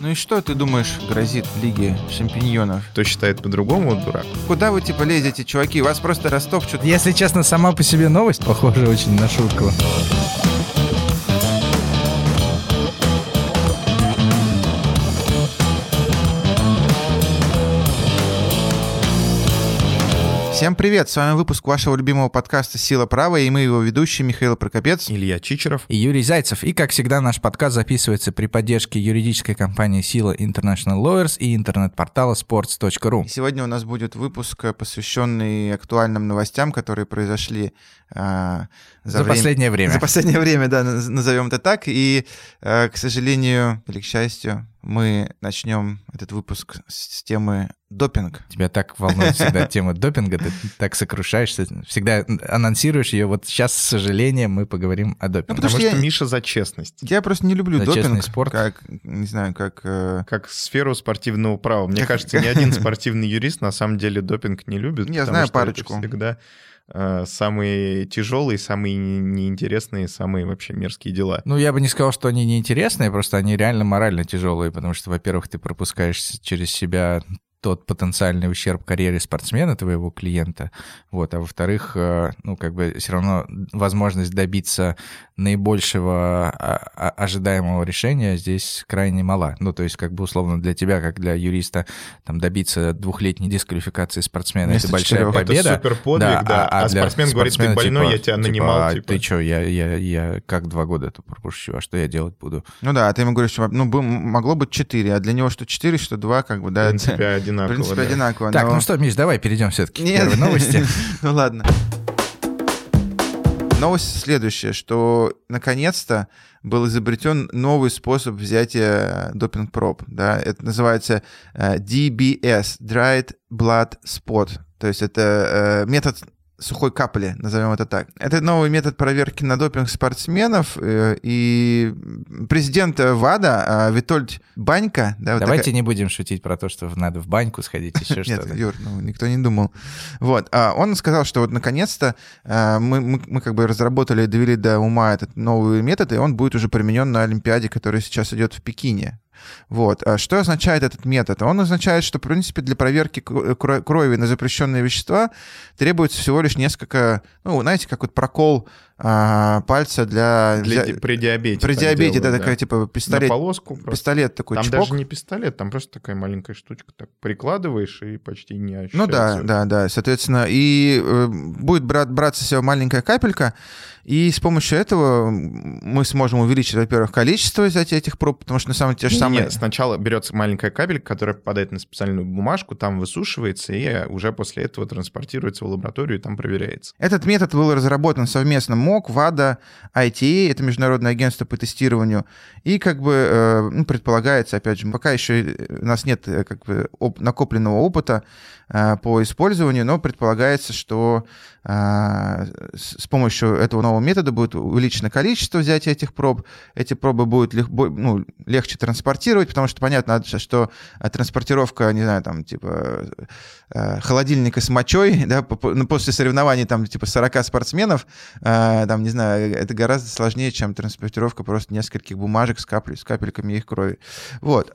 Ну и что, ты думаешь, грозит Лиге Шампиньонов? Кто считает по-другому, дурак. Куда вы типа лезете, чуваки? Вас просто растопчут. Если честно, сама по себе новость похожа очень на шутку. Всем привет, с вами выпуск вашего любимого подкаста «Сила права», и мы его ведущие Михаил Прокопец, Илья Чичеров и Юрий Зайцев. И, как всегда, наш подкаст записывается при поддержке юридической компании «Сила International Lawyers» и интернет-портала sports.ru. Сегодня у нас будет выпуск, посвященный актуальным новостям, которые произошли за последнее время. За последнее время, да, назовем это так. И, к сожалению, или к счастью, мы начнем этот выпуск с темы допинг. Тебя так волнует всегда тема допинга, ты так сокрушаешься, всегда анонсируешь ее. Вот сейчас, с сожалением, мы поговорим о допинге. Потому что Миша за честность. Я просто не люблю допинг. Честный спорт. Как, не знаю, как сферу спортивного права. Мне кажется, ни один спортивный юрист на самом деле допинг не любит. Я знаю парочку. Это всегда самые тяжелые, самые неинтересные, самые вообще мерзкие дела. Ну, я бы не сказал, что они неинтересные, просто они реально морально тяжелые, потому что, во-первых, ты пропускаешь через себя тот потенциальный ущерб карьере спортсмена, твоего клиента, вот, а во-вторых, ну, как бы все равно возможность добиться наибольшего ожидаемого решения здесь крайне мала. Ну, то есть, как бы, условно, для тебя, как для юриста, там, добиться 2-летней дисквалификации спортсмена — это большая победа. Это суперподвиг, да. А спортсмен говорит, ты больной, я тебя нанимал. Ты что, я как 2 года это пропущу, а что я делать буду? Ну да, а ты ему говоришь, что, ну, могло быть 4, а для него что 4, что 2, как бы, да. В принципе, одинаково. Так, ну что, Миш, давай перейдем все-таки к первой новости. Ну ладно. Новость следующая, что наконец-то был изобретен новый способ взятия допинг-проб. Да? Это называется DBS, Dried Blood Spot. То есть это метод сухой капли, назовем это так. Это новый метод проверки на допинг спортсменов, и президент ВАДА Витольд Банька... Да, давайте вот не будем шутить про то, что надо в баньку сходить, еще что-то. Нет, Юр, ну, никто не думал. Вот. Он сказал, что вот наконец-то мы как бы разработали и довели до ума этот новый метод, и он будет уже применен на Олимпиаде, которая сейчас идет в Пекине. Вот. Что означает этот метод? Он означает, что, в принципе, для проверки крови на запрещенные вещества требуется всего лишь несколько, ну, знаете, как вот прокол пальца при диабете. При диабете, да, такая типа пистолет. На полоску просто. Пистолет такой, там чпок. Даже не пистолет, там просто такая маленькая штучка. Так прикладываешь и почти не ощущается. Ну да, соответственно. И будет браться всего маленькая капелька, и с помощью этого мы сможем увеличить, во-первых, количество взятия этих проб, потому что на самом деле те же самые... Нет, сначала берется маленькая капелька, которая попадает на специальную бумажку, там высушивается, и уже после этого транспортируется в лабораторию и там проверяется. Этот метод был разработан совместно МОК, ВАДА, ITA, это Международное агентство по тестированию, и как бы предполагается, опять же, пока еще у нас нет как бы накопленного опыта по использованию, но предполагается, что с помощью этого нового метода будет увеличено количество взятия этих проб, эти пробы будут легче транспортировать, потому что понятно, что транспортировка, не знаю, там, типа, холодильника с мочой, да, после соревнований, там, типа, 40 спортсменов, там, не знаю, это гораздо сложнее, чем транспортировка просто нескольких бумажек с капельками их крови. Вот,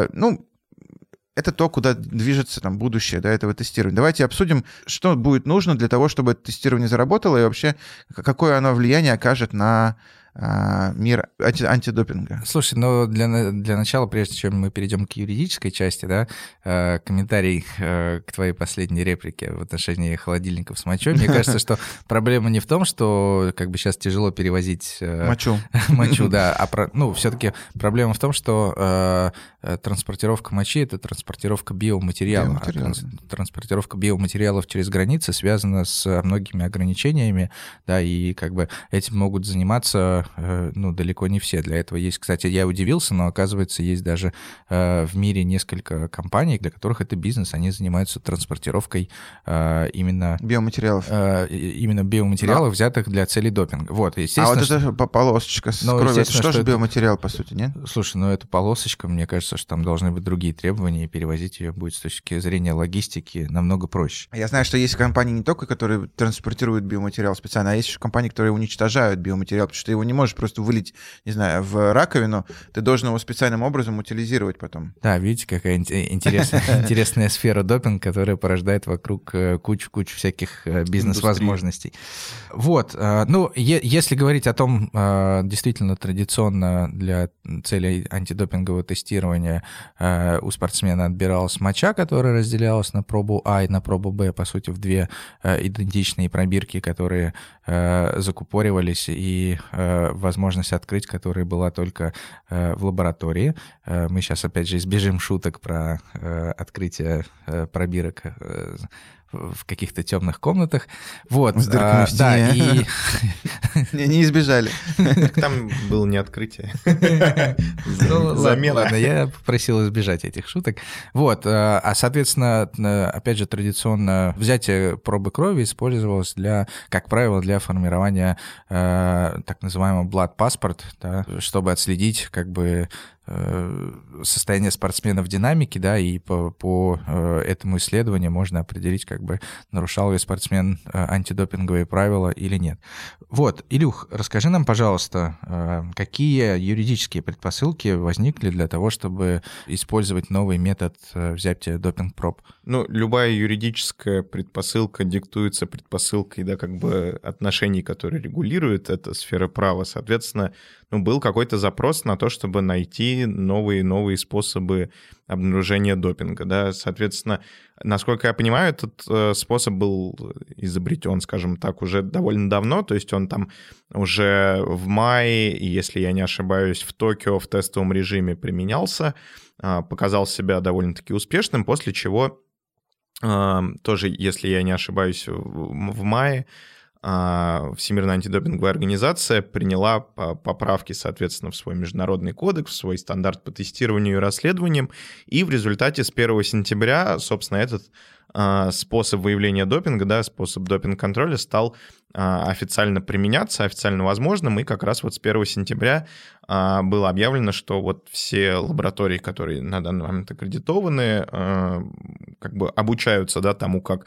это то, куда движется там будущее, да, этого тестирования. Давайте обсудим, что будет нужно для того, чтобы это тестирование заработало, и вообще какое оно влияние окажет на мир антидопинга. Слушай, ну для начала, прежде чем мы перейдем к юридической части, да, комментарий к твоей последней реплике в отношении холодильников с мочой. Мне кажется, что проблема не в том, что как бы сейчас тяжело перевозить мочу, да, все-таки проблема в том, что транспортировка мочи — это транспортировка биоматериала. Транспортировка биоматериалов через границы связана с многими ограничениями, да, и как бы этим могут заниматься далеко не все. Для этого есть, кстати, я удивился, но оказывается, есть даже в мире несколько компаний, для которых это бизнес, они занимаются транспортировкой именно биоматериалов, взятых для целей допинга. Вот, естественно. А вот это полосочка с кровью, это что же биоматериал, по сути, нет? Слушай, эта полосочка, мне кажется, что там должны быть другие требования, и перевозить ее будет с точки зрения логистики намного проще. Я знаю, что есть компании не только, которые транспортируют биоматериал специально, а есть еще компании, которые уничтожают биоматериал, потому что его не можешь просто вылить, не знаю, в раковину, ты должен его специальным образом утилизировать потом. Да, видите, какая интересная сфера допинг, которая порождает вокруг кучу всяких бизнес-возможностей. Вот, ну, если говорить о том, действительно традиционно для целей антидопингового тестирования у спортсмена отбиралась моча, которая разделялась на пробу А и на пробу Б, по сути, в две идентичные пробирки, которые закупоривались, и возможность открыть которые была только в лаборатории. Мы сейчас, опять же, избежим шуток про открытие пробирок в каких-то темных комнатах. Вот. С дырками в стене. Да, и... Не избежали. Там было не открытие. Ладно, я попросил избежать этих шуток. Вот. А, соответственно, опять же, традиционно взятие пробы крови использовалось как правило, для формирования так называемого blood passport, да, чтобы отследить как бы состояние спортсмена в динамике, да, и по этому исследованию можно определить, как бы нарушал ли спортсмен антидопинговые правила или нет. Вот, Илюх, расскажи нам, пожалуйста, какие юридические предпосылки возникли для того, чтобы использовать новый метод взятия допинг-проб? Ну, любая юридическая предпосылка диктуется предпосылкой, да, как бы отношений, которые регулируют эту сферу права. Соответственно, был какой-то запрос на то, чтобы найти новые способы обнаружения допинга, да. Соответственно, насколько я понимаю, этот способ был изобретен, скажем так, уже довольно давно, то есть он там уже в мае, и, если я не ошибаюсь, в Токио в тестовом режиме применялся, показал себя довольно-таки успешным, после чего тоже, если я не ошибаюсь, в мае Всемирная антидопинговая организация приняла поправки, соответственно, в свой международный кодекс, в свой стандарт по тестированию и расследованиям, и в результате с 1 сентября, собственно, этот способ выявления допинга, да, способ допинг-контроля стал официально применяться, официально возможным, и как раз вот с 1 сентября было объявлено, что вот все лаборатории, которые на данный момент аккредитованы, как бы обучаются, да, тому, как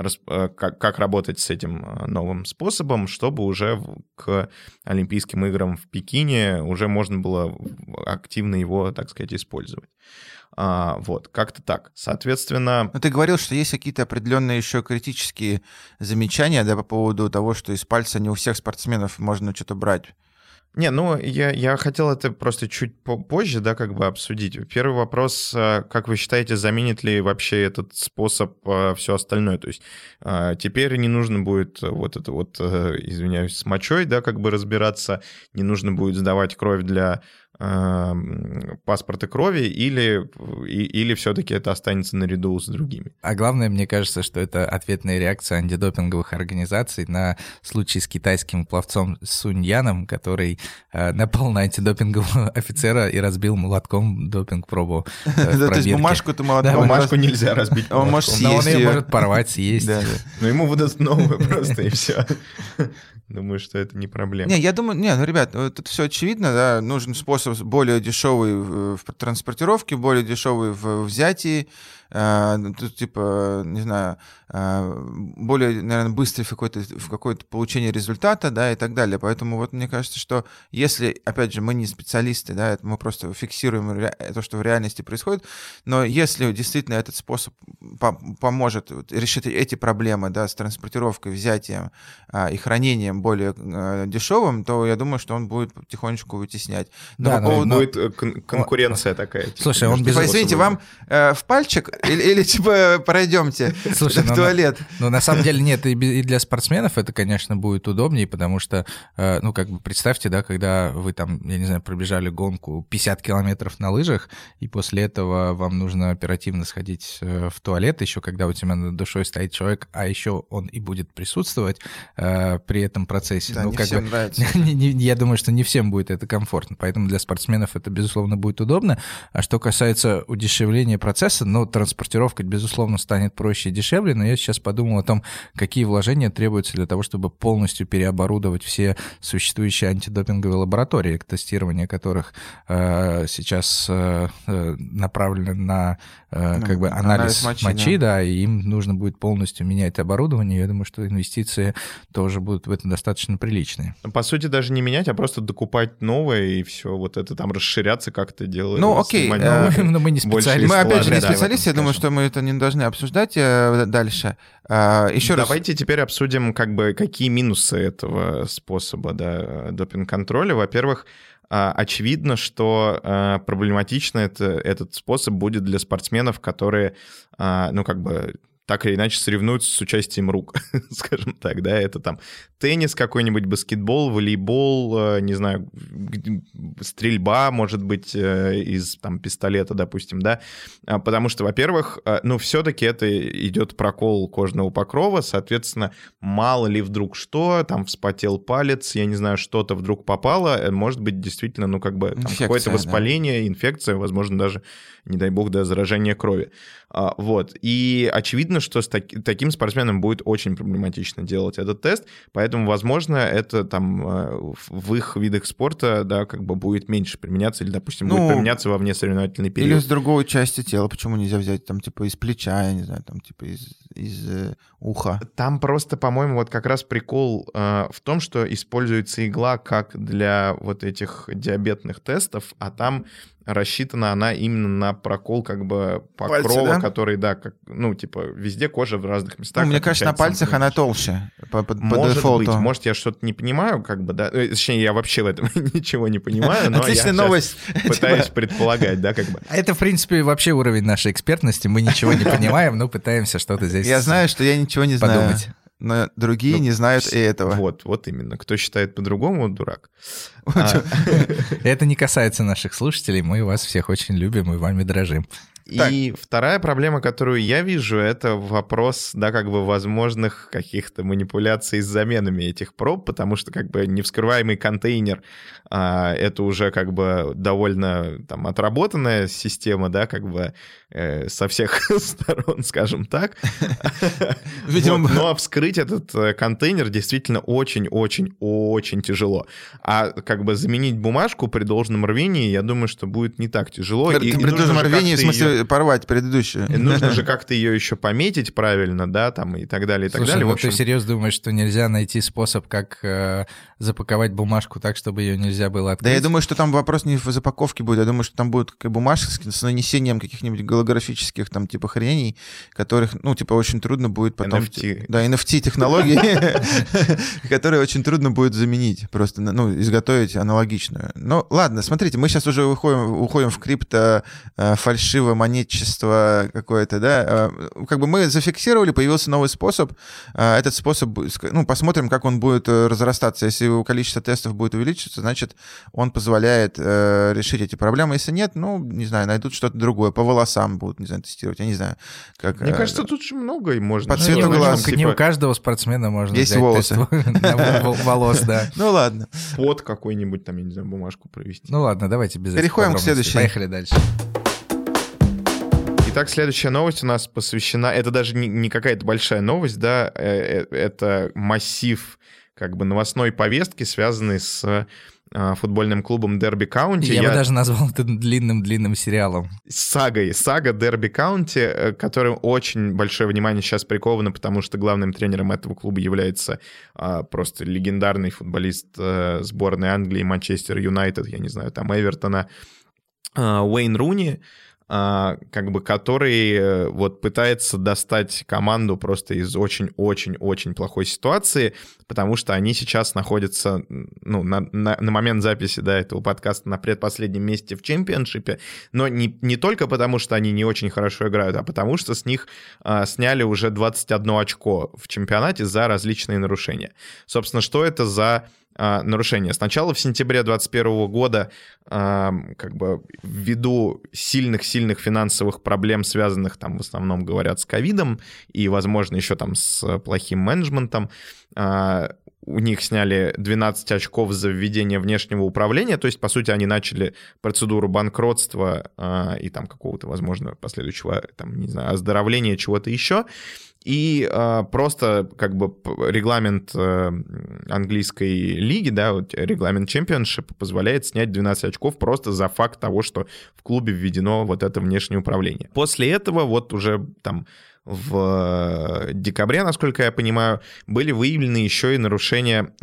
работать с этим новым способом, чтобы уже к Олимпийским играм в Пекине уже можно было активно его, так сказать, использовать. Вот, как-то так. Соответственно... Но ты говорил, что есть какие-то определенные еще критические замечания, да, по поводу того, что из пальца не у всех спортсменов можно что-то брать. Не, ну, я хотел это просто чуть позже, да, как бы обсудить. Первый вопрос, как вы считаете, заменит ли вообще этот способ все остальное? То есть теперь не нужно будет вот это вот, извиняюсь, с мочой, да, как бы разбираться, не нужно будет сдавать кровь для паспорта крови, или все-таки это останется наряду с другими? А главное, мне кажется, что это ответная реакция антидопинговых организаций на случай с китайским пловцом Суньяном, который напал на антидопингового офицера и разбил молотком допинг-пробу в пробирке. То есть бумажку-то молотком... Бумажку нельзя разбить. Он может съесть. Он ее может порвать, съесть. Но ему выдадут новую просто, и все. Думаю, что это не проблема. Не, я думаю, ну, ребят, это все очевидно, да, нужен способ более дешевый в транспортировке, более дешевый в взятии, тут, типа, не знаю, более, наверное, быстрый в какое-то получение результата, да, и так далее. Поэтому вот мне кажется, что если, опять же, мы не специалисты, да, мы просто фиксируем то, что в реальности происходит, но если действительно этот способ поможет решить эти проблемы, да, с транспортировкой, взятием и хранением более дешевым, то я думаю, что он будет потихонечку вытеснять. Да, будет конкуренция такая. Слушай, он без... Извините, вам в пальчик или типа пройдемте в туалет? Ну, на самом деле, нет, и для спортсменов это, конечно, будет удобнее, потому что, ну, как бы представьте, да, когда вы там, я не знаю, пробежали гонку 50 километров на лыжах, и после этого вам нужно оперативно сходить в туалет, еще когда у тебя над душой стоит человек, а еще он и будет присутствовать при этом процессе. Да, ну, не как всем бы, нравится. Я думаю, что не всем будет это комфортно, поэтому для спортсменов это, безусловно, будет удобно. А что касается удешевления процесса, ну, транспортировка, безусловно, станет проще и дешевле, но я сейчас подумал о том, какие вложения требуются для того, чтобы полностью переоборудовать все существующие антидопинговые лаборатории, тестирование которых сейчас направлено на как бы анализ мочи, да, и им нужно будет полностью менять оборудование. Я думаю, что инвестиции тоже будут в это достаточно приличные. По сути, даже не менять, а просто докупать новое, и все, вот это там расширяться как-то делать. Ну, окей. Но мы не специалисты. Мы, опять же, не Да, специалисты, я думаю, что мы это не должны обсуждать дальше. Еще раз. Давайте теперь обсудим, как бы, какие минусы этого способа, да, допинг-контроля. Во-первых, очевидно, что проблематично этот способ будет для спортсменов, которые, ну, как бы, так или иначе соревнуются с участием рук, скажем так, да, это там теннис какой-нибудь, баскетбол, волейбол, не знаю, стрельба, может быть, из там пистолета, допустим, да, потому что, во-первых, ну, все-таки это идет прокол кожного покрова, соответственно, мало ли вдруг что, там вспотел палец, я не знаю, что-то вдруг попало, может быть, действительно, ну, как бы там какое-то воспаление, да, инфекция, возможно, даже, не дай бог, да, заражение крови. Вот, и очевидно, что с таким спортсменам будет очень проблематично делать этот тест, поэтому, возможно, это там в их видах спорта, да, как бы будет меньше применяться или, допустим, будет применяться во внесоревновательный период. Или с другой части тела, почему нельзя взять там типа из плеча, я не знаю, там типа из уха? Там просто, по-моему, вот как раз прикол в том, что используется игла как для вот этих диабетных тестов, а там рассчитана она именно на прокол как бы покрова, пальцы, да? Который, да, как, ну, типа, везде кожа в разных местах. Ну, мне кажется, на пальцах она толще по дефолту. Быть, может, я что-то не понимаю, как бы, да, точнее, я вообще в этом ничего не понимаю, но отличная новость. Пытаюсь предполагать, да, как бы. Это, в принципе, вообще уровень нашей экспертности, мы ничего не понимаем, но пытаемся что-то здесь Я знаю, что я ничего не знаю. Подумать. Но другие не знают и этого. Вот именно. Кто считает по-другому, дурак. Это не касается наших слушателей, мы вас всех очень любим и вами дорожим. И вторая проблема, которую я вижу, это вопрос, да, как бы возможных каких-то манипуляций с заменами этих проб, потому что как бы невскрываемый контейнер это уже как бы довольно там отработанная система, да, как бы со всех сторон, скажем так. Видимо... Вот, но вскрыть этот контейнер действительно очень-очень-очень тяжело. А как бы заменить бумажку при должном рвении, я думаю, что будет не так тяжело. При должном рвении, в смысле, порвать предыдущую. Нужно же как-то ее еще пометить правильно, да, там и так далее, и так далее. Вот ты серьезно думаешь, что нельзя найти способ, как запаковать бумажку так, чтобы ее нельзя было открыть? Да, я думаю, что там вопрос не в запаковке будет, я думаю, что там будет бумажка с нанесением каких-нибудь голографических там типа хреней, которых, ну, типа, очень трудно будет потом... NFT. Да, NFT-технологии, которые очень трудно будет заменить, просто, ну, изготовить аналогичную. Ну, ладно, смотрите, мы сейчас уже уходим в крипто фальшиво-монетчество какое-то, да, как бы мы зафиксировали, появился новый способ, этот способ, ну, посмотрим, как он будет разрастаться. Если его количество тестов будет увеличиваться, значит, он позволяет решить эти проблемы. Если нет, ну, не знаю, найдут что-то другое, по волосам будут, не знаю, тестировать, я не знаю. Как, мне кажется, тут же много и можно. По цвету глаз. Не у каждого спортсмена можно есть взять волосы. тест волос, да. Ну, ладно. Под какой-нибудь там, я не знаю, бумажку провести. Ну, ладно, давайте без этих Переходим к подробностей. следующей. Поехали дальше. Итак, следующая новость у нас посвящена... Это даже не какая-то большая новость, да, это массив как бы новостной повестки, связанной с футбольным клубом Дерби Каунти. Я бы даже назвал это длинным-длинным сериалом. Сага Дерби Каунти, которым очень большое внимание сейчас приковано, потому что главным тренером этого клуба является просто легендарный футболист сборной Англии, Манчестер Юнайтед, я не знаю, там Эвертона, Уэйн Руни, как бы, который вот пытается достать команду просто из очень-очень-очень плохой ситуации, потому что они сейчас находятся, ну, на момент записи, да, этого подкаста на предпоследнем месте в чемпионшипе, но не только потому, что они не очень хорошо играют, а потому что с них сняли уже 21 очко в чемпионате за различные нарушения. Собственно, что это за нарушения? Сначала в сентябре 2021 года как бы ввиду сильных финансовых проблем, связанных там в основном, говорят, с ковидом и, возможно, еще там с плохим менеджментом, у них сняли 12 очков за введение внешнего управления, то есть, по сути, они начали процедуру банкротства и там какого-то, возможно, последующего, там, не знаю, оздоровления, чего-то еще. И просто как бы регламент английской лиги, да, вот регламент чемпионшипа позволяет снять 12 очков просто за факт того, что в клубе введено вот это внешнее управление. После этого вот уже там в декабре, насколько я понимаю, были выявлены еще и нарушения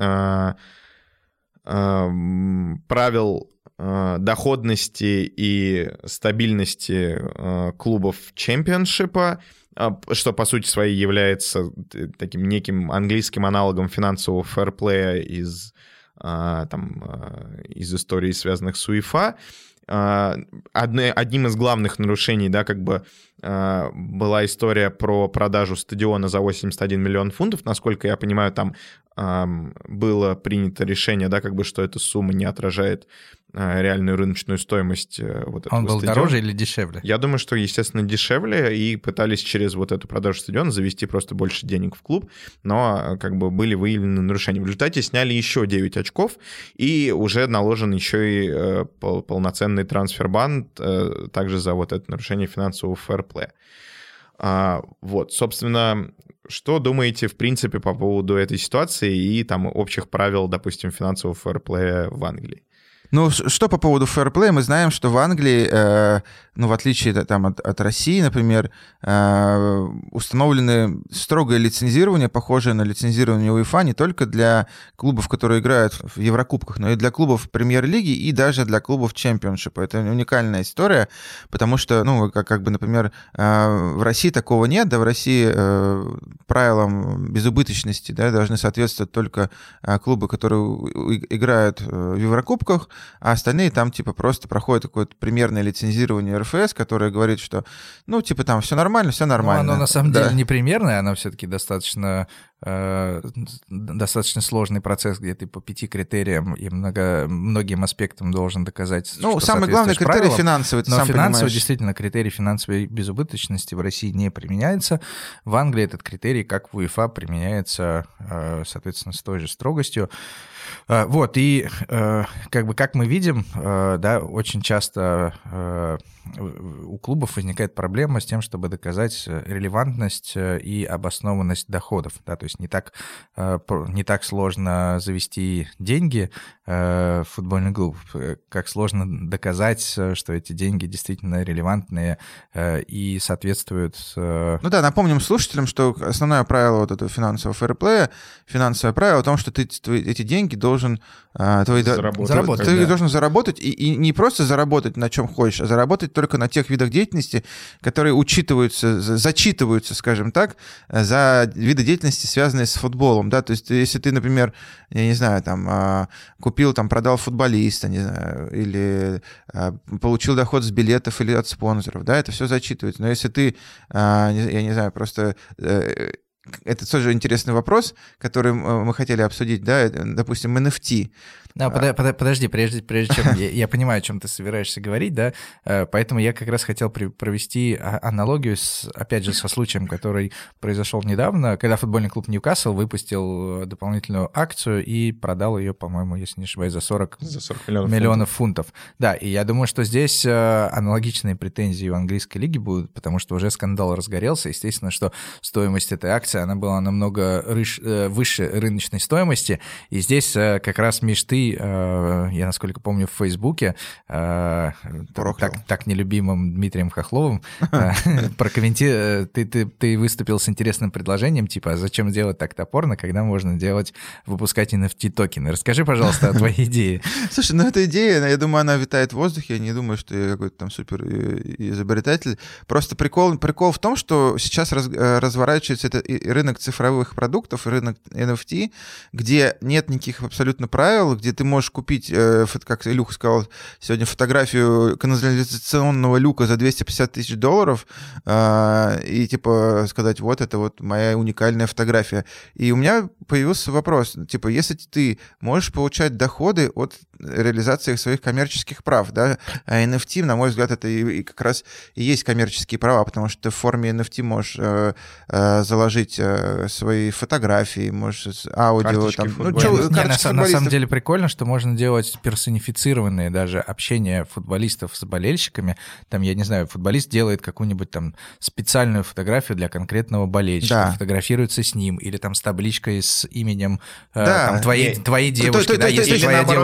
правил доходности и стабильности клубов чемпионшипа, что по сути своей является таким неким английским аналогом финансового фэрплея из историй, связанных с УЕФА. Одним из главных нарушений, да, как бы была история про продажу стадиона за 81 миллион фунтов. Насколько я понимаю, там было принято решение, да, как бы, что эта сумма не отражает реальную рыночную стоимость вот этого Он был стадиона. Дороже или дешевле? Я думаю, что, естественно, дешевле, и пытались через вот эту продажу стадиона завести просто больше денег в клуб, но как бы были выявлены нарушения. В результате сняли еще 9 очков, и уже наложен еще и полноценный трансфер-бан также за вот это нарушение финансового фэрплея. Вот, собственно, что думаете, в принципе, по поводу этой ситуации и там общих правил, допустим, финансового фэрплея в Англии? Ну, что по поводу фэрплея, мы знаем, что в Англии, в отличие там, от России, например, установлены строгое лицензирование, похожее на лицензирование УЕФА, не только для клубов, которые играют в Еврокубках, но и для клубов Премьер-лиги и даже для клубов Чемпионшипа. Это уникальная история, потому что, например, в России такого нет, да, в России правилам безубыточности, да, должны соответствовать только клубы, которые играют в Еврокубках, а остальные там, просто проходят какое-то примерное лицензирование РФС, которое говорит, что, там все нормально, все нормально. Но оно на самом деле не примерное, оно все-таки достаточно сложный процесс, где ты по 5 критериям и многим аспектам должен доказать, что самый главный критерий правилам, финансовый, ты но сам финансовый, понимаешь. Действительно, критерий финансовой безубыточности в России не применяется. В Англии этот критерий, как в УЕФА, применяется, соответственно, с той же строгостью. Вот, и как мы видим, да, очень часто у клубов возникает проблема с тем, чтобы доказать релевантность и обоснованность доходов, да, то есть не так сложно завести деньги в футбольный клуб, как сложно доказать, что эти деньги действительно релевантные и соответствуют... напомним слушателям, что основное правило вот этого финансового фэрплея, финансовое правило о том, что ты эти деньги должен заработать. Ты должен заработать, и не просто заработать на чем хочешь, а заработать только на тех видах деятельности, которые зачитываются, скажем так, за виды деятельности, связанные с футболом, да, то есть если ты, например, я не знаю, там, продал футболиста, не знаю, или получил доход с билетов или от спонсоров, да, это все зачитывается, но если ты, я не знаю, просто... Это тоже интересный вопрос, который мы хотели обсудить, да, допустим, NFT. Да, подожди, прежде чем... Я понимаю, о чем ты собираешься говорить, да, поэтому я как раз хотел провести аналогию, опять же, со случаем, который произошел недавно, когда футбольный клуб Ньюкасл выпустил дополнительную акцию и продал ее, по-моему, если не ошибаюсь, за 40 миллионов фунтов. Да, и я думаю, что здесь аналогичные претензии у английской лиги будут, потому что уже скандал разгорелся. Естественно, что стоимость этой акции, она была намного выше рыночной стоимости, и здесь как раз, Миш, ты, я, насколько помню, в Фейсбуке так нелюбимым Дмитрием Хохловым ты выступил с интересным предложением, типа, а зачем делать так топорно, когда можно выпускать NFT-токены? Расскажи, пожалуйста, о твоей идее. Слушай, эта идея, я думаю, она витает в воздухе, я не думаю, что я какой-то там супер изобретатель. Просто прикол в том, что сейчас разворачивается этот рынок цифровых продуктов, рынок NFT, где нет никаких абсолютно правил, где ты можешь купить, как Илюха сказал сегодня, фотографию канализационного люка за $250 тысяч и сказать, вот это вот моя уникальная фотография. И у меня появился вопрос, если ты можешь получать доходы от реализации своих коммерческих прав, да, а NFT, на мой взгляд, это и как раз и есть коммерческие права, потому что ты в форме NFT можешь заложить свои фотографии, можешь аудио, на самом деле прикольно, что можно делать персонифицированные даже общения футболистов с болельщиками. Там, я не знаю, футболист делает какую-нибудь там специальную фотографию для конкретного болельщика, фотографируется с ним, или там с табличкой с именем твоей девушки, да, если твоя девушка является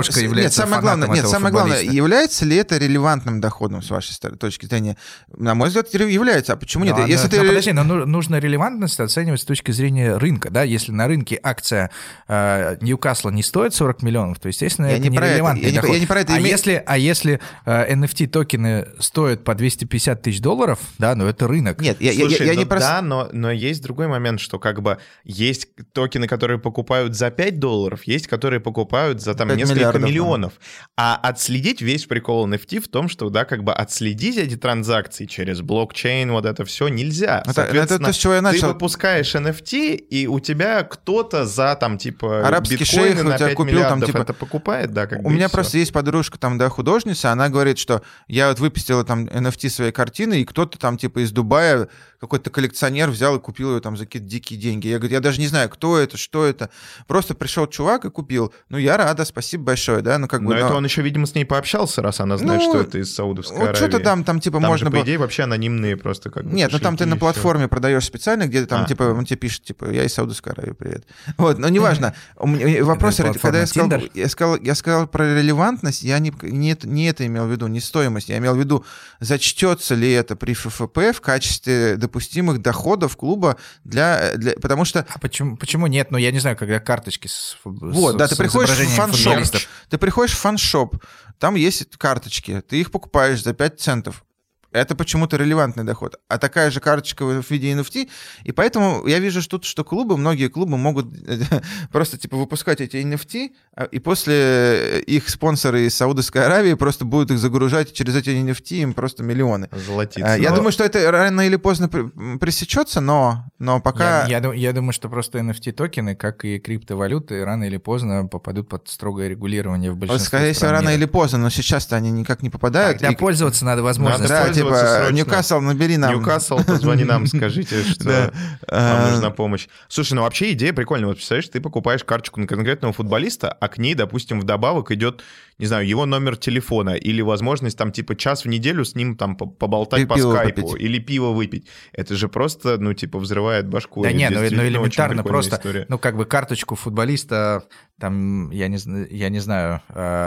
самое главное, является ли это релевантным доходом с вашей точки зрения? На мой взгляд, является. А почему нет? Подожди, но нужно релевантность оценивать с точки зрения рынка, да? Если на рынке акция Ньюкасла не стоит 40 миллионов, то, естественно, это не релевантный доход. Я не про это если NFT-токены стоят по 250 тысяч $, да, но это рынок. Нет, я не про... Да, но есть другой момент, что как бы есть токены, которые покупают за $5, есть, которые покупают за там несколько миллионов. А отследить весь прикол NFT в том, что, да, как бы отследить эти транзакции через блокчейн, вот это все нельзя. Соответственно, ты выпускаешь NFT, и у тебя кто-то за там типа арабский шейх на 5 купил, миллиардов там, типа... это покупает, да, как бы. У меня просто есть подружка там, да, художница, она говорит, что я вот выпустила там NFT своей картины, и кто-то там типа из Дубая, какой-то коллекционер взял и купил ее там за какие-то дикие деньги. Я говорю, я даже не знаю, кто это, что это. Просто пришел чувак и купил. Ну, я рада, спасибо большое, да, ну как бы... Но это он еще, видимо, с ней пообщался, раз она знает, что это из Саудовской Аравии. Что-то там типа там можно же, по идее, вообще анонимные просто как бы... Нет, ну там ты на платформе продаешь специально, где там типа он тебе пишет, типа, я из Саудовской Аравии, привет. Вот, но неважно. Вопрос, когда я сказал про релевантность, я не это имел в виду, не стоимость. Я имел в виду, зачтется ли это при ФФП в качестве допустимых доходов клуба потому что... А почему нет? Ну, я не знаю, когда карточки ты приходишь в фан-шоп, там есть карточки, ты их покупаешь за 5 центов. Это почему-то релевантный доход. А такая же карточка в виде NFT. И поэтому я вижу что многие клубы могут просто типа выпускать эти NFT, и после их спонсоры из Саудовской Аравии просто будут их загружать через эти NFT, им просто миллионы. Золотиться. Я думаю, что это рано или поздно пресечется, но пока... Я думаю, что просто NFT-токены, как и криптовалюты, рано или поздно попадут под строгое регулирование в большинстве стран. Скорее всего, рано или поздно, но сейчас-то они никак не попадают. Тогда пользоваться надо возможностью. Ньюкасл, набери нам. Ньюкасл, позвони нам, скажите, что нам нужна помощь. Слушай, ну вообще идея прикольная. Вот представляешь, ты покупаешь карточку на конкретного футболиста, а к ней, допустим, вдобавок идет, не знаю, его номер телефона или возможность там типа час в неделю с ним там поболтать по скайпу или пиво выпить. Это же просто, ну типа взрывает башку. Да нет, ну элементарно просто, история. Ну как бы карточку футболиста, там, я не знаю...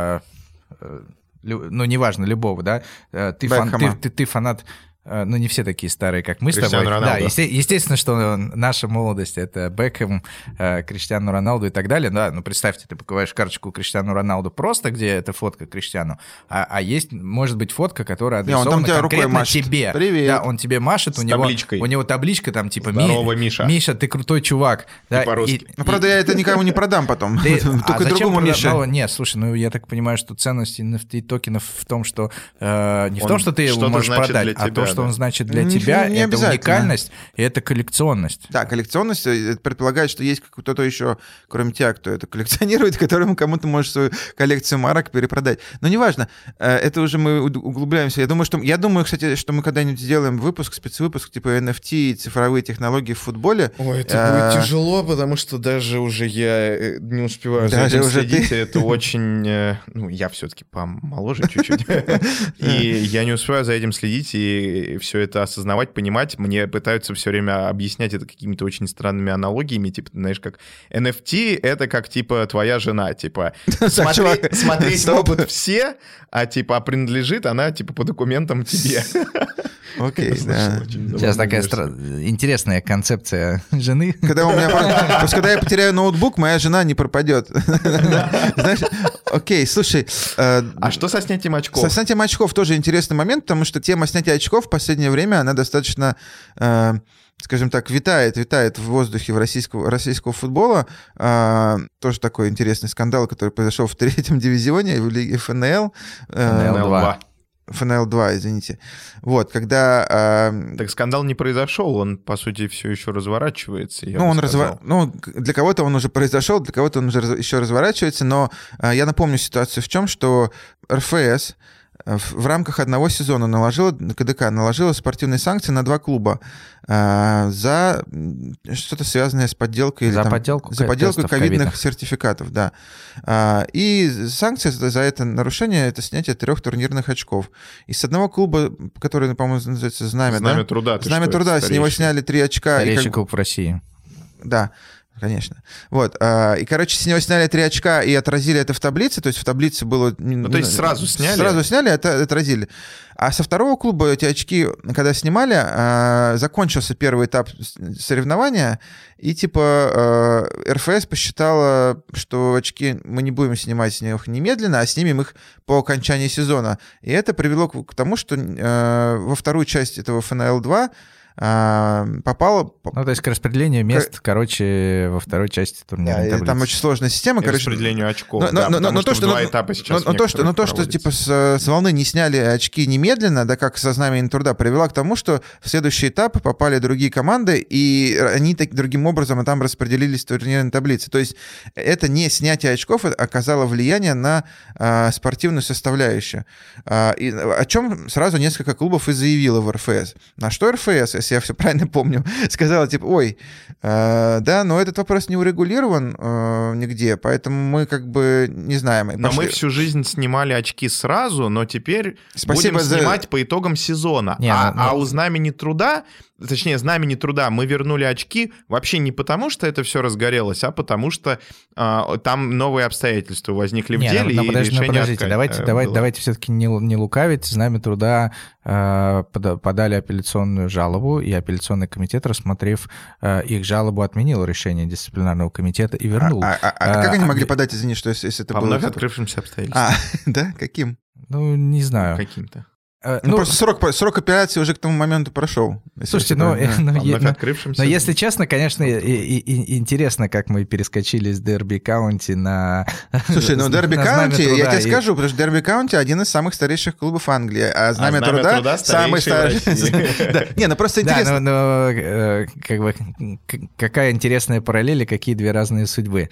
ну, неважно, любого, да, ты фанат, ну, не все такие старые, как мы с тобой. Роналду. Да, естественно, что наша молодость — это Бекхэм, Криштиану Роналду и так далее. Да, ну, представьте, ты покупаешь карточку Криштиану Роналду просто, где это фотка Криштиану, а есть, может быть, фотка, которая адресована конкретно тебе. Привет. Да, он тебе машет, у него табличка там типа «Здорово, Миша». Миша, ты крутой чувак. Да, по-русски. Ну, правда, я это никому не продам потом. Только другому Мише. Нет, слушай, ну, я так понимаю, что ценность NFT-токенов в том, что не в том, что ты его можешь продать, а то, что он значит для тебя, это уникальность и это коллекционность. Да, коллекционность предполагает, что есть кто-то еще, кроме тебя, кто это коллекционирует, которому кому-то можешь свою коллекцию марок перепродать. Но неважно, это уже мы углубляемся. Я думаю, кстати, что мы когда-нибудь сделаем спецвыпуск типа NFT и цифровые технологии в футболе. Ой, это будет тяжело, потому что даже уже я не успеваю за этим следить. Это очень... Ну, я все-таки помоложе чуть-чуть. И я не успеваю за этим следить, и все это осознавать, понимать. Мне пытаются все время объяснять это какими-то очень странными аналогиями, типа, знаешь, как NFT — это как, типа, твоя жена, типа, смотреть могут все, а, типа, принадлежит она, типа, по документам тебе. Окей, да. Сейчас такая интересная концепция жены. Когда я потеряю ноутбук, моя жена не пропадет. Знаешь, окей, слушай. А что со снятием очков? Со снятием очков тоже интересный момент, потому что тема снятия очков в последнее время, она достаточно... скажем так, витает в воздухе российского футбола. Тоже такой интересный скандал, который произошел в 3-м дивизионе в лиге ФНЛ. ФНЛ-2, извините. Вот, когда... Так скандал не произошел, он, по сути, все еще разворачивается. Для кого-то он уже произошел, для кого-то он уже еще разворачивается, но я напомню ситуацию в чем, что РФС в рамках одного сезона КДК наложила спортивные санкции на 2 клуба за что-то связанное с подделкой. За подделку ковидных сертификатов, да. И санкция за это нарушение — это снятие 3 турнирных очков. И с одного клуба, который, по-моему, называется «Знамя», «Знамя труда». «Знамя труда», с него сняли 3 очка. Старейший клуб в России. Да. Конечно. Вот. И, короче, с него сняли 3 очка и отразили это в таблице. То есть в таблице было... Ну, то есть сразу сняли? Сразу сняли, это отразили. А со второго клуба эти очки, когда снимали, закончился первый этап соревнования, и типа РФС посчитала, что очки мы не будем снимать с них немедленно, а снимем их по окончании сезона. И это привело к тому, что во вторую часть этого ФНЛ-2 попало... Ну, то есть к распределению мест, короче, во второй части турнирной таблицы. Там очень сложная система. И распределению очков, потому что в 2 этапа сейчас то, что типа с волны не сняли очки немедленно, да, как со Знамени труда, привело к тому, что в следующий этап попали другие команды, и они другим образом там распределились в турнирной таблице. То есть это не снятие очков оказало влияние на спортивную составляющую. И о чем сразу несколько клубов и заявило в РФС. На что РФС, если я все правильно помню, сказала, типа, ой, да, но этот вопрос не урегулирован нигде, поэтому мы как бы не знаем. Но мы всю жизнь снимали очки сразу, но теперь будем снимать по итогам сезона. А у Знамени труда, точнее, Знамени труда мы вернули очки вообще не потому, что это все разгорелось, а потому что там новые обстоятельства возникли в деле, и решение давайте все-таки не лукавить. Знамя труда подали апелляционную жалобу, и апелляционный комитет, рассмотрев их жалобу, отменил решение дисциплинарного комитета и вернул. Как они могли подать, извини, что если это было... По вновь открывшимся обстоятельствам. Да? Каким? Ну, не знаю. Каким-то. Просто срок операции уже к тому моменту прошел. Слушайте, но если честно, конечно, интересно, как мы перескочили с Дерби Каунти на... Слушай, ну Дерби Каунти, я тебе скажу, потому что Дерби Каунти один из самых старейших клубов Англии, а Знамя труда самый старейший. Не, ну просто интересно. Да, как бы какая интересная параллель и какие 2 разные судьбы.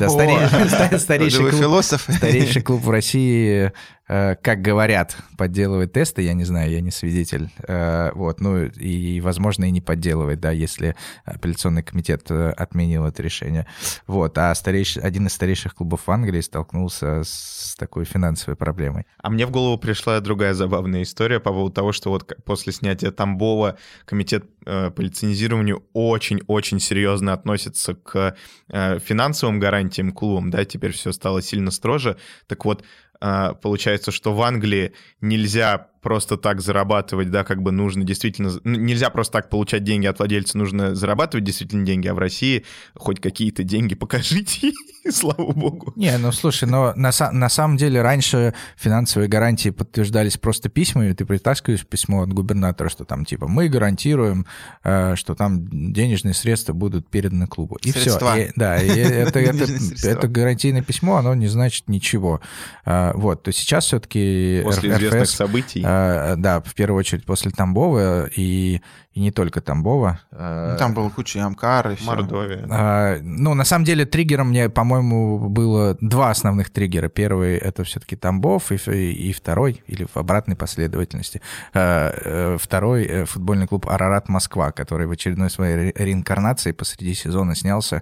Старейший клуб в России, как говорят, подделывает тесты, я не знаю, я не свидетель, вот, ну и, возможно, и не подделывает, да, если апелляционный комитет отменил это решение, вот, а один из старейших клубов в Англии столкнулся с такой финансовой проблемой. А мне в голову пришла другая забавная история по поводу того, что вот после снятия Тамбова комитет по лицензированию очень-очень серьезно относится к финансовым гарантиям клубам, да, теперь все стало сильно строже, так вот, получается, что в Англии нельзя просто так зарабатывать, да, как бы нужно действительно... Нельзя просто так получать деньги от владельца, нужно зарабатывать действительно деньги, а в России хоть какие-то деньги покажите, и слава богу. Не, ну слушай, но на самом деле раньше финансовые гарантии подтверждались просто письмами, ты притаскиваешь письмо от губернатора, что там типа мы гарантируем, что там денежные средства будут переданы клубу. И средства. Все. Да, это гарантийное письмо, оно не значит ничего. Вот, то сейчас все-таки после известных событий. Да, в первую очередь после Тамбова, и не только Тамбова. Там было куча Амкар и все. Мордовия. Ну, на самом деле, триггером мне, по-моему, было 2 основных триггера. Первый — это все-таки Тамбов, и второй, или в обратной последовательности, второй — футбольный клуб «Арарат Москва», который в очередной своей реинкарнации посреди сезона снялся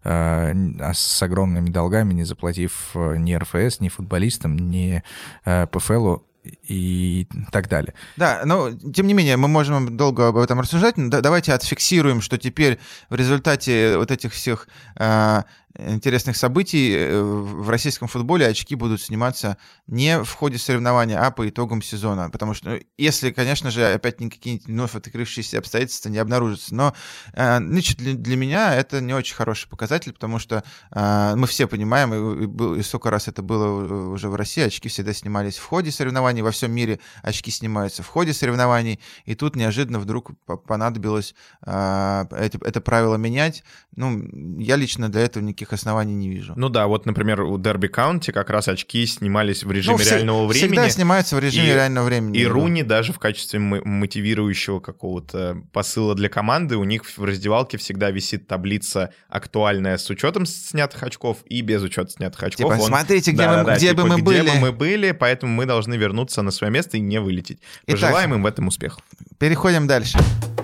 с огромными долгами, не заплатив ни РФС, ни футболистам, ни ПФЛу и так далее. Да, но тем не менее, мы можем долго об этом рассуждать. Давайте отфиксируем, что теперь в результате вот этих всех интересных событий в российском футболе очки будут сниматься не в ходе соревнования, а по итогам сезона. Потому что, если, конечно же, опять какие-нибудь вновь открывшиеся обстоятельства не обнаружатся. Но лично для меня это не очень хороший показатель, потому что мы все понимаем, и сколько раз это было уже в России, очки всегда снимались в ходе соревнований, во всем мире очки снимаются в ходе соревнований, и тут неожиданно вдруг понадобилось это правило менять. Ну, я лично для этого никаких оснований не вижу. Ну да, вот, например, у Дерби Каунти как раз очки снимались в режиме реального времени. Всегда снимаются в режиме реального времени. И Руни даже в качестве мотивирующего какого-то посыла для команды, у них в раздевалке всегда висит таблица актуальная с учетом снятых очков и без учета снятых очков. Типа, смотрите, где бы мы были, поэтому мы должны вернуться на свое место и не вылететь. Пожелаем им в этом успехов. Переходим дальше.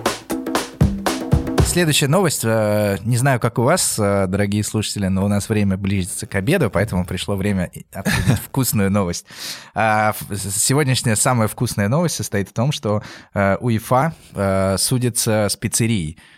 Следующая новость. Не знаю, как у вас, дорогие слушатели, но у нас время близится к обеду, поэтому пришло время обсудить вкусную новость. Сегодняшняя самая вкусная новость состоит в том, что УЕФА судится с пиццерией.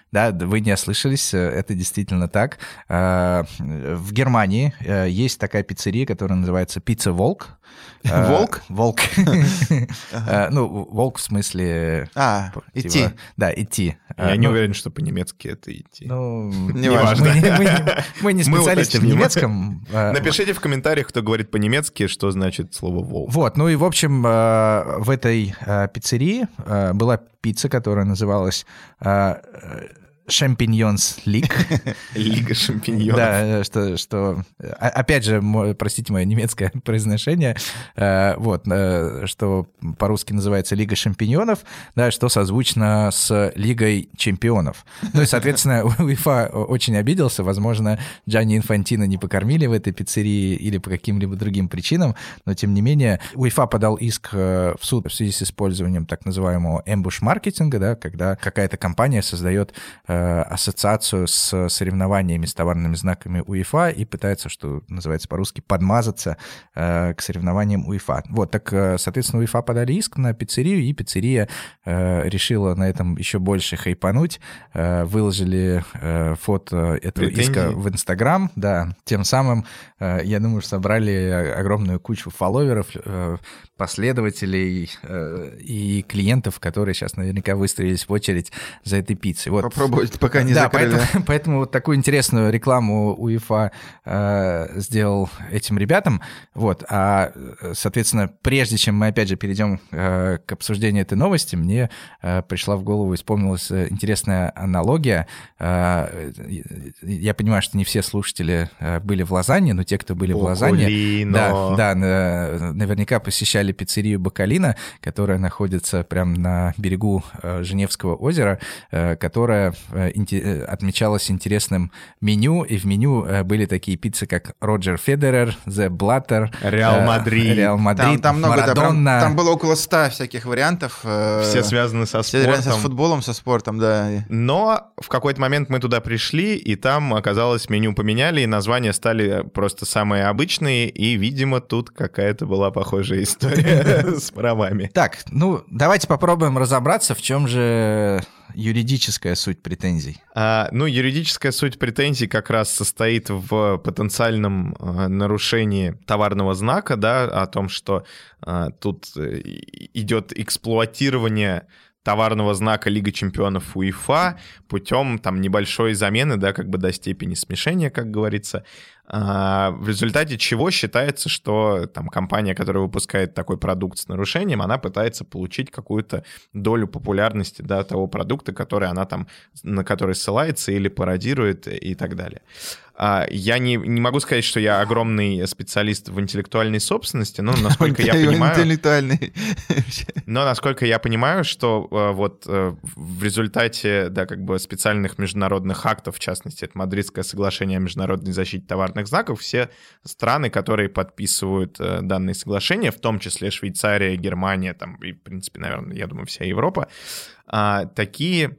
Да, вы не ослышались, это действительно так. В Германии есть такая пиццерия, которая называется «Пицца Волк». Волк? Волк. Ну, волк в смысле... идти. Да, идти. Я не уверен, что по-немецки это идти. Ну, неважно. Мы не специалисты в немецком. Напишите в комментариях, кто говорит по-немецки, что значит слово «волк». Вот, ну и, в общем, в этой пиццерии была пицца, которая называлась Champignons League. Лига шампиньонов. Да, что... Опять же, простите мое немецкое произношение, вот, что по-русски называется Лига шампиньонов, да, что созвучно с Лигой чемпионов. Ну и, соответственно, УЕФА очень обиделся, возможно, Джанни Инфантино не покормили в этой пиццерии или по каким-либо другим причинам, но, тем не менее, УЕФА подал иск в суд в связи с использованием так называемого эмбуш-маркетинга, да, когда какая-то компания создает ассоциацию с соревнованиями с товарными знаками УЕФА и пытается, что называется по-русски, подмазаться к соревнованиям УЕФА. Вот, так, соответственно, УЕФА подали иск на пиццерию, и пиццерия решила на этом еще больше хайпануть, выложили фото этого иска в Инстаграм, да, тем самым, я думаю, собрали огромную кучу фолловеров, последователей и клиентов, которые сейчас наверняка выстроились в очередь за этой пиццей. Вот. Попробовать, пока не закрыли. Поэтому вот такую интересную рекламу УЕФА сделал этим ребятам. Вот. А, соответственно, прежде чем мы, опять же, перейдем к обсуждению этой новости, мне пришла в голову и вспомнилась интересная аналогия. Я понимаю, что не все слушатели были в Лозанне, но те, кто были в Лозанне, да, наверняка посещали пиццерию Бакалина, которая находится прямо на берегу Женевского озера, которая отмечалась интересным меню, и в меню были такие пиццы, как Роджер Федерер, The Blatter, Реал Мадрид, там много, Марадонна. Там было около 100 всяких вариантов. Все связаны со спортом. Все с футболом, со спортом, да. Но в какой-то момент мы туда пришли, и там, оказалось, меню поменяли, и названия стали просто самые обычные, и, видимо, тут какая-то была похожая история с правами. Так, ну, давайте попробуем разобраться, в чем же юридическая суть претензий. Юридическая суть претензий как раз состоит в потенциальном нарушении товарного знака, да, о том, что тут идет эксплуатирование товарного знака Лига чемпионов УЕФА путем там небольшой замены, да, как бы до степени смешения, как говорится, в результате чего считается, что там компания, которая выпускает такой продукт с нарушением, она пытается получить какую-то долю популярности, да, того продукта, который она там, на который ссылается или пародирует и так далее. Я не могу сказать, что я огромный специалист в интеллектуальной собственности, но насколько я понимаю... Но насколько я понимаю, что вот в результате, да, как бы специальных международных актов, в частности, это Мадридское соглашение о международной защите товарных знаков, все страны, которые подписывают данные соглашения, в том числе Швейцария, Германия, там, и, в принципе, наверное, я думаю, вся Европа, такие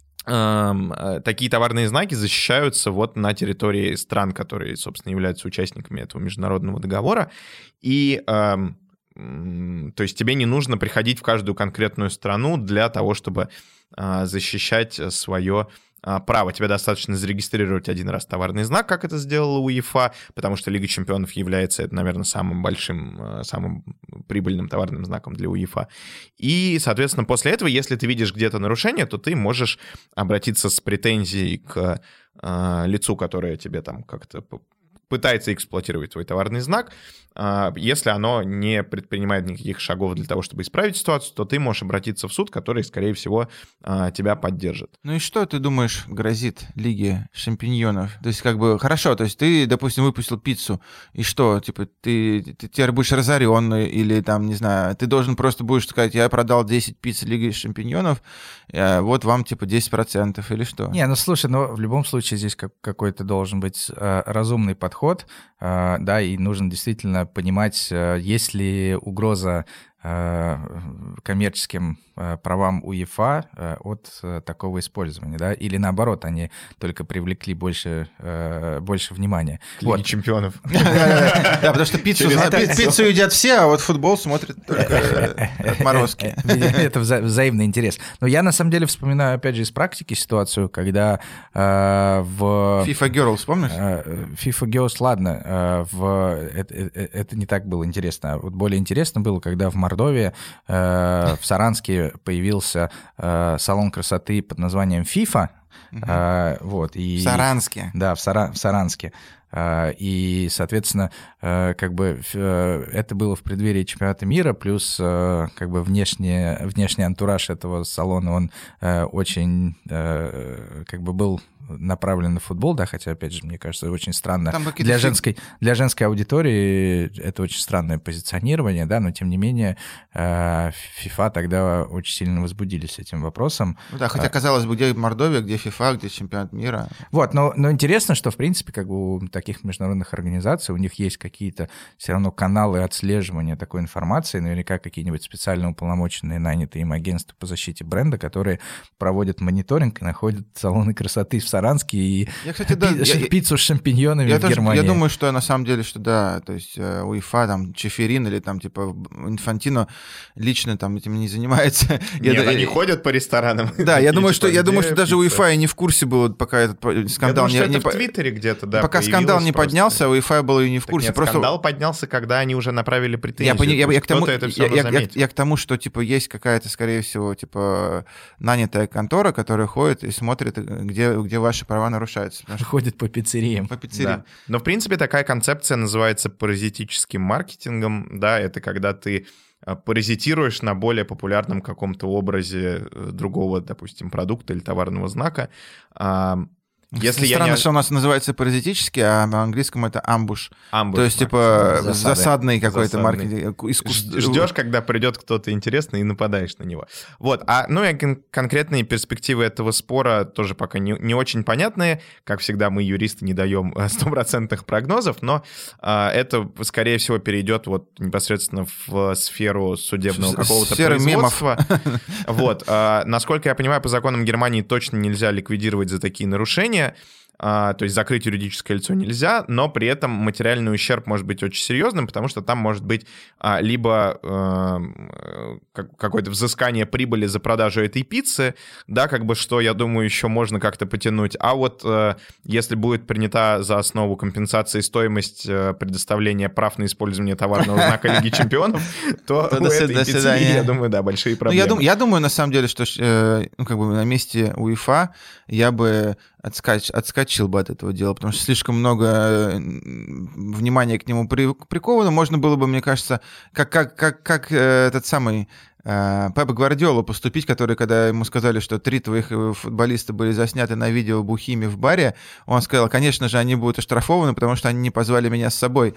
товарные знаки защищаются вот на территории стран, которые, собственно, являются участниками этого международного договора. И, то есть тебе не нужно приходить в каждую конкретную страну для того, чтобы защищать свое право. Тебе достаточно зарегистрировать один раз товарный знак, как это сделала УЕФА, потому что Лига чемпионов является, наверное, самым большим, самым прибыльным товарным знаком для УЕФА. И, соответственно, после этого, если ты видишь где-то нарушение, то ты можешь обратиться с претензией к лицу, которое тебе там как-то пытается эксплуатировать твой товарный знак. Если оно не предпринимает никаких шагов для того, чтобы исправить ситуацию, то ты можешь обратиться в суд, который, скорее всего, тебя поддержит. Ну и что, ты думаешь, грозит Лиге шампиньонов? То есть как бы хорошо, то есть ты, допустим, выпустил пиццу, и что, типа, ты теперь будешь разорен, или там, не знаю, ты должен просто будешь сказать, я продал 10 пицц Лиги шампиньонов, вот вам, типа, 10% или что? Не, ну слушай, ну в любом случае здесь какой-то должен быть разумный подход, да, и нужно действительно понимать, есть ли угроза коммерческим правам УЕФА от такого использования, да, или наоборот, они только привлекли больше внимания. Лиги чемпионов. Да, потому что пиццу едят все, а вот футбол смотрят только отморозки. Это взаимный интерес. Но я, на самом деле, вспоминаю, опять же, из практики ситуацию, когда в... FIFA Girls, помнишь? FIFA Girls, ладно, это не так было интересно. Вот более интересно было, когда в Мордовии, в Саранске появился салон красоты под названием FIFA. Вот, и... В Саранске. Да, в Саранске. И, соответственно, как бы это было в преддверии чемпионата мира, плюс как бы внешний антураж этого салона, он очень как бы был направлен на футбол, да, хотя, опять же, мне кажется, очень странно. Для женской аудитории это очень странное позиционирование, да, но, тем не менее, FIFA тогда очень сильно возбудились этим вопросом. Ну да, хотя, казалось бы, где Мордовия, где FIFA, где чемпионат мира. Вот, но интересно, что, в принципе, как бы у таких международных организаций, у них есть какие-то все равно каналы отслеживания такой информации, наверняка какие-нибудь специально уполномоченные, нанятые им агентства по защите бренда, которые проводят мониторинг и находят салоны красоты в Саранске и пиццу с шампиньонами в Германии. Я думаю, что на самом деле, что да, то есть УЕФА, там, Чеферин или там типа Инфантино лично там этим не занимается. Нет, они ходят по ресторанам. Да, я думаю, что даже УЕФА и не в курсе был, пока этот скандал не... Я думаю, что это в Твиттере где-то, да, пока скандал не поднялся, УЕФА был и не в курсе. Нет, скандал поднялся, когда они уже направили претензию. Я к тому, что типа есть какая-то, скорее всего, типа нанятая контора, которая ходит и смотрит, где ваши права нарушаются. Ходит по пиццериям. Да. Но, в принципе, такая концепция называется паразитическим маркетингом. Да, это когда ты паразитируешь на более популярном каком-то образе другого, допустим, продукта или товарного знака. Странно, что у нас называется паразитический, а на английском это амбуш. То есть, типа, засадный какой-то маркетинг. Ждешь, когда придет кто-то интересный, и нападаешь на него. Вот. Ну и конкретные перспективы этого спора тоже пока не очень понятные. Как всегда, мы, юристы, не даем стопроцентных прогнозов, но это, скорее всего, перейдет вот непосредственно в сферу судебного какого-то производства. Вот. Насколько я понимаю, по законам Германии точно нельзя ликвидировать за такие нарушения. То есть закрыть юридическое лицо нельзя, но при этом материальный ущерб может быть очень серьезным, потому что там может быть либо какое-то взыскание прибыли за продажу этой пиццы, да, как бы, что, я думаю, еще можно как-то потянуть, а вот если будет принята за основу компенсации стоимость предоставления прав на использование товарного знака Лиги Чемпионов, то у этой пиццерии, я думаю, да, большие проблемы. Я думаю, на самом деле, что как бы на месте УЕФА я бы отскочил бы от этого дела, потому что слишком много внимания к нему приковано. Можно было бы, мне кажется, как этот самый Пеп Гвардиола поступить, который, когда ему сказали, что 3 твоих футболиста были засняты на видео бухими в баре, он сказал, конечно же, они будут оштрафованы, потому что они не позвали меня с собой.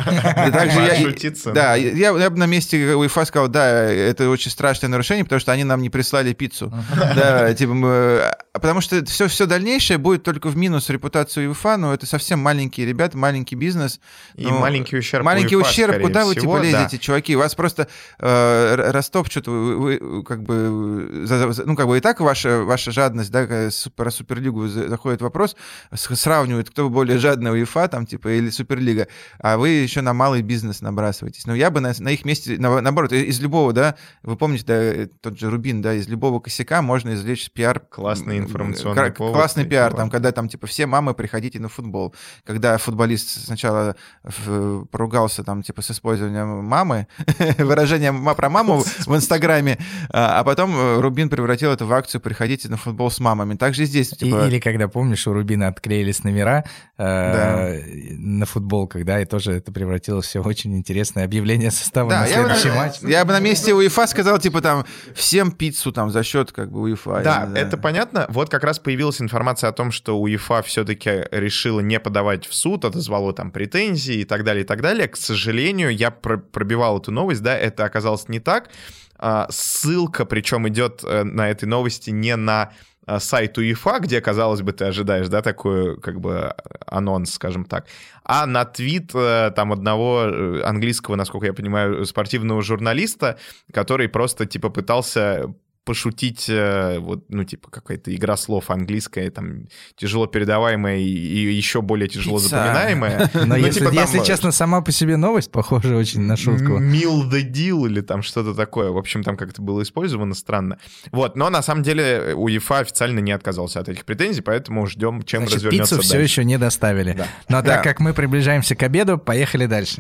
Да, я бы на месте УЕФА сказал, да, это очень страшное нарушение, потому что они нам не прислали пиццу. Да, типа, потому что все дальнейшее будет только в минус репутацию УЕФА, но это совсем маленькие ребята, маленький бизнес. И маленький ущерб Маленький ущерб, куда вы типа лезете, чуваки? Вас просто растопчут, вы как бы, ну, как бы и так ваша жадность, да, про Суперлигу заходит вопрос, сравнивают, кто более жадный, УЕФА, там, типа, или Суперлига, а вы еще на малый бизнес набрасываетесь. Но я бы на их месте, наоборот, из любого, да, вы помните, да, тот же Рубин, да, из любого косяка можно извлечь пиар. Классный информационный повод. Классный пиар, там, когда там, типа, все мамы, приходите на футбол. Когда футболист сначала поругался, там, типа, с использованием мамы, выражение про маму в Инстаграме, а потом Рубин превратил это в акцию «Приходите на футбол с мамами». Также здесь... Типа... Или когда, помнишь, у Рубина отклеились номера на футболках, да, и тоже это превратилось в очень интересное объявление состава на следующий матч. Я бы на месте УЕФА сказал, типа, там, всем пиццу там за счет, как бы, УЕФА. Да, это понятно. Вот как раз появилась информация о том, что УЕФА все-таки решила не подавать в суд, отозвало там претензии и так далее, и так далее. К сожалению, я пробивал эту новость, да, это оказалось не так. ссылка, причем идет на этой новости не на сайт УЕФА, где, казалось бы, ты ожидаешь, да, такой как бы анонс, скажем так, а на твит там одного английского, насколько я понимаю, спортивного журналиста, который просто типа пытался пошутить, вот, ну, типа, какая-то игра слов английская, там, тяжело передаваемая и еще более тяжело запоминаемая. Но если честно, сама по себе новость похожа очень на шутку. Meal the deal или там что-то такое. В общем, там как-то было использовано странно. Вот, но на самом деле УЕФА официально не отказался от этих претензий, поэтому ждем, чем развернется дальше. Пиццу все еще не доставили. Да. Но так как мы приближаемся к обеду, поехали дальше.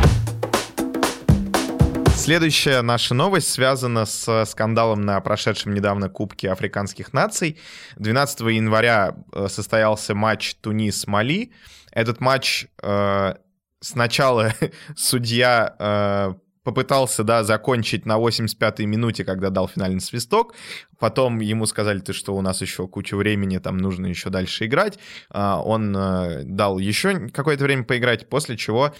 Следующая наша новость связана с скандалом на прошедшем недавно Кубке африканских наций. 12 января состоялся матч Тунис-Мали. Этот матч сначала судья попытался, да, закончить на 85-й минуте, когда дал финальный свисток. Потом ему сказали, что у нас еще куча времени, там нужно еще дальше играть. Он дал еще какое-то время поиграть, после чего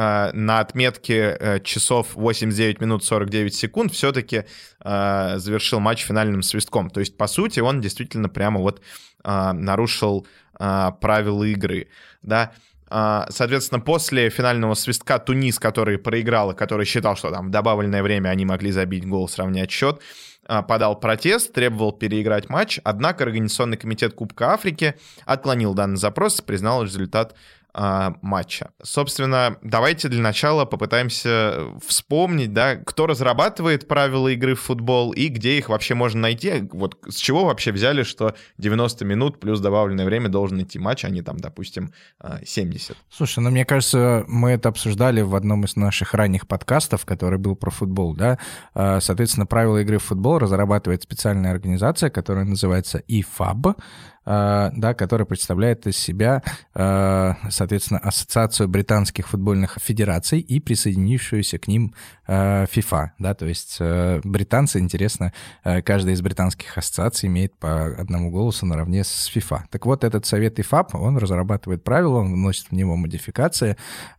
на отметке часов 89 минут 49 секунд все-таки завершил матч финальным свистком. То есть, по сути, он действительно прямо вот нарушил правила игры, да. Соответственно, после финального свистка Тунис, который проиграл и который считал, что там в добавленное время они могли забить гол, сравнять счет, подал протест, требовал переиграть матч, однако Организационный комитет Кубка Африки отклонил данный запрос, признал результат матча. Собственно, давайте для начала попытаемся вспомнить, да, кто разрабатывает правила игры в футбол и где их вообще можно найти. Вот с чего вообще взяли, что 90 минут плюс добавленное время должен идти матч, а не там, допустим, 70. Слушай, ну мне кажется, мы это обсуждали в одном из наших ранних подкастов, который был про футбол, да. Соответственно, правила игры в футбол разрабатывает специальная организация, которая называется IFAB, да, которая представляет из себя, соответственно, Ассоциацию британских футбольных федераций и присоединившуюся к ним FIFA, да, то есть британцы, интересно, каждая из британских ассоциаций имеет по одному голосу наравне с FIFA. Так вот, этот совет IFAB, он разрабатывает правила, он вносит в него модификации,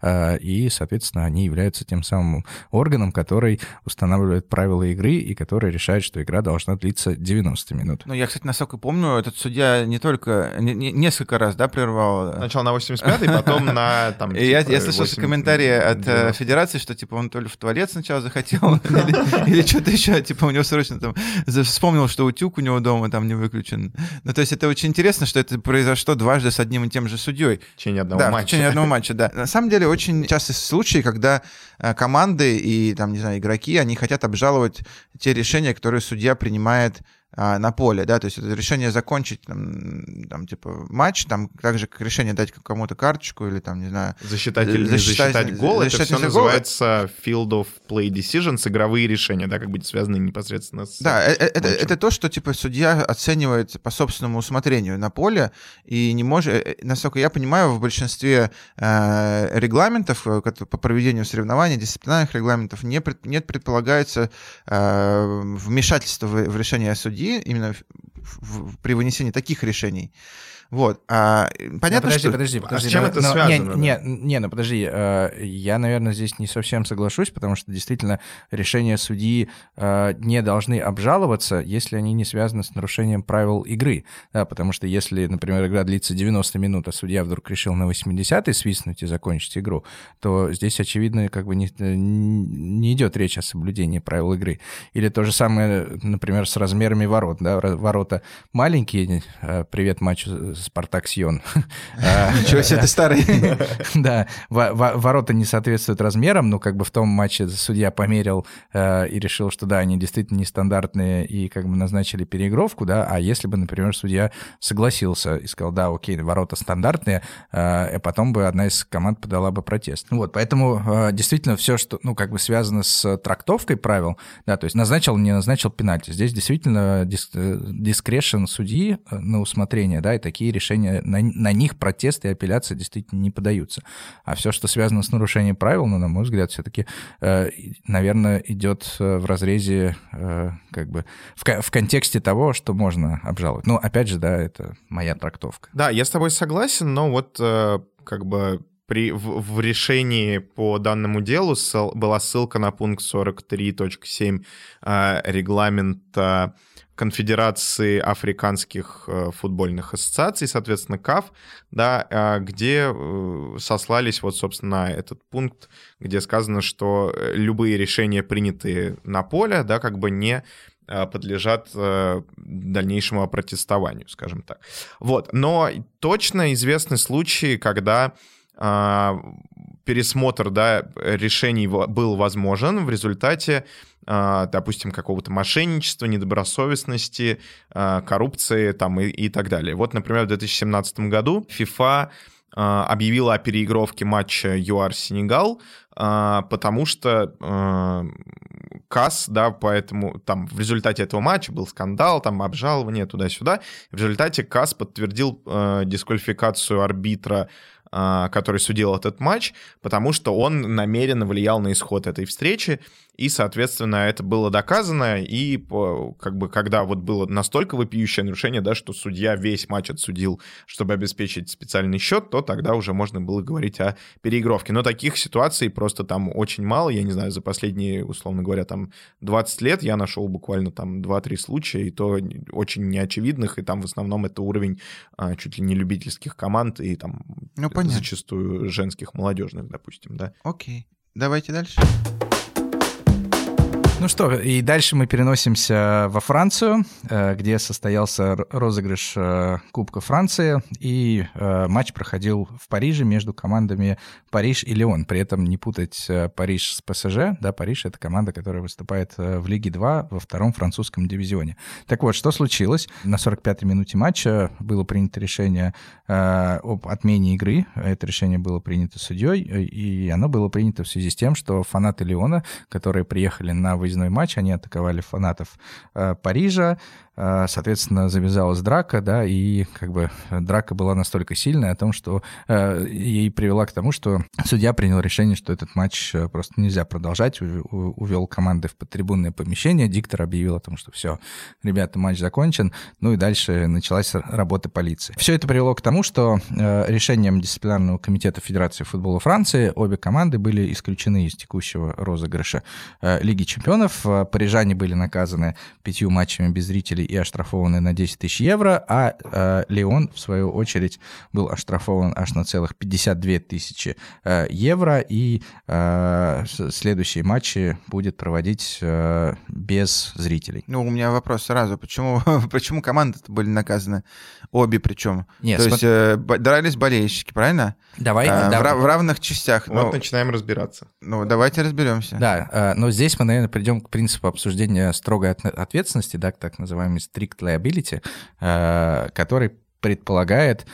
и, соответственно, они являются тем самым органом, который устанавливает правила игры и который решает, что игра должна длиться 90 минут. Ну, я, кстати, насколько помню, этот судья не только, несколько раз, да, прервал. Сначала на 85-й, потом на там. Типа, я слышал комментарии от федерации, что типа он то ли в туалет сначала захотел, или что-то еще, типа у него срочно там вспомнил, что утюг у него дома там не выключен. Ну, то есть это очень интересно, что это произошло дважды с одним и тем же судьей. В течение одного матча. В течение одного матча, да. На самом деле очень часто случаи, когда команды и там, не знаю, игроки, они хотят обжаловать те решения, которые судья принимает на поле, да, то есть это решение закончить там типа матч, там также как решение дать кому-то карточку или там, не знаю... Засчитать или не засчитать гол, это все называется field of play decisions, игровые решения, да, как бы связаны непосредственно с... Да, это то, что типа судья оценивает по собственному усмотрению на поле, и не может, насколько я понимаю, в большинстве регламентов по проведению соревнований, дисциплинарных регламентов не предполагается вмешательство в решение судьи, именно при вынесении таких решений. Вот. Понятно, подожди. А с чем это связано? Подожди. Я, наверное, здесь не совсем соглашусь, потому что действительно решения судьи не должны обжаловаться, если они не связаны с нарушением правил игры. Да, потому что если, например, игра длится 90 минут, а судья вдруг решил на 80-й свистнуть и закончить игру, то здесь, очевидно, как бы не идет речь о соблюдении правил игры. Или то же самое, например, с размерами ворот. Да? Ворота маленькие, привет матчу Спартак Сьон. Ничего себе, ты старый. Да, ворота не соответствуют размерам, но как бы в том матче судья померил и решил, что да, они действительно нестандартные и как бы назначили переигровку, да, а если бы, например, судья согласился и сказал, да, окей, ворота стандартные, а потом бы одна из команд подала бы протест. Вот, поэтому действительно все, что, ну, как бы связано с трактовкой правил, да, то есть назначил, не назначил пенальти, здесь действительно дискрешн судьи на усмотрение, да, и такие решения, на них протесты и апелляции действительно не подаются. А все, что связано с нарушением правил, ну, на мой взгляд, все-таки, наверное, идет в разрезе, как бы, в контексте того, что можно обжаловать. Ну, опять же, да, это моя трактовка. Да, я с тобой согласен, но вот, как бы, в решении по данному делу была ссылка на пункт 43.7 регламента Конфедерации африканских футбольных ассоциаций, соответственно, КАФ, да, где сослались вот, собственно, на этот пункт, где сказано, что любые решения, принятые на поле, да, как бы не подлежат дальнейшему опротестованию, скажем так. Вот. Но точно известны случаи, когда пересмотр, да, решений был возможен в результате, допустим, какого-то мошенничества, недобросовестности, коррупции там, и так далее. Вот, например, в 2017 году FIFA объявила о переигровке матча ЮАР-Сенегал, потому что КАС, да, поэтому там в результате этого матча был скандал, там обжалование туда-сюда. В результате КАС подтвердил дисквалификацию арбитра, который судил этот матч, потому что он намеренно влиял на исход этой встречи, и, соответственно, это было доказано, и как бы когда вот было настолько вопиющее нарушение, да, что судья весь матч отсудил, чтобы обеспечить специальный счет, то тогда уже можно было говорить о переигровке. Но таких ситуаций просто там очень мало, я не знаю, за последние, условно говоря, там 20 лет я нашел буквально там 2-3 случая, и то очень неочевидных, и там в основном это уровень чуть ли не любительских команд, и там зачастую женских, молодежных, допустим, да. Окей, давайте дальше. Ну что, и дальше мы переносимся во Францию, где состоялся розыгрыш Кубка Франции, и матч проходил в Париже между командами Париж и Лион. При этом не путать Париж с ПСЖ. Да, Париж — это команда, которая выступает в Лиге 2 во втором французском дивизионе. Так вот, что случилось? На 45-й минуте матча было принято решение об отмене игры. Это решение было принято судьей, и оно было принято в связи с тем, что фанаты Лиона, которые приехали на выездной матч, они атаковали фанатов Парижа, соответственно, завязалась драка, да, и как бы драка была настолько сильная о том, что ей привела к тому, что судья принял решение, что этот матч просто нельзя продолжать, увел команды в подтрибунное помещение, диктор объявил о том, что все, ребята, матч закончен, ну и дальше началась работа полиции. Все это привело к тому, что решением дисциплинарного комитета Федерации футбола Франции обе команды были исключены из текущего розыгрыша Лиги чемпионов. Парижане были наказаны 5 матчами без зрителей и оштрафованы на 10 тысяч евро, а Лион, в свою очередь, был оштрафован аж на целых 52 тысячи евро, и следующие матчи будет проводить без зрителей. Ну, у меня вопрос сразу. Почему команды-то были наказаны? Обе причем. Нет, то есть дрались болельщики, правильно? Давай. В равных частях. Вот начинаем разбираться. Ну, давайте разберемся. Да, но здесь мы, наверное, придем к принципу обсуждения строгой ответственности, да, так называемый strict liability, который предполагает,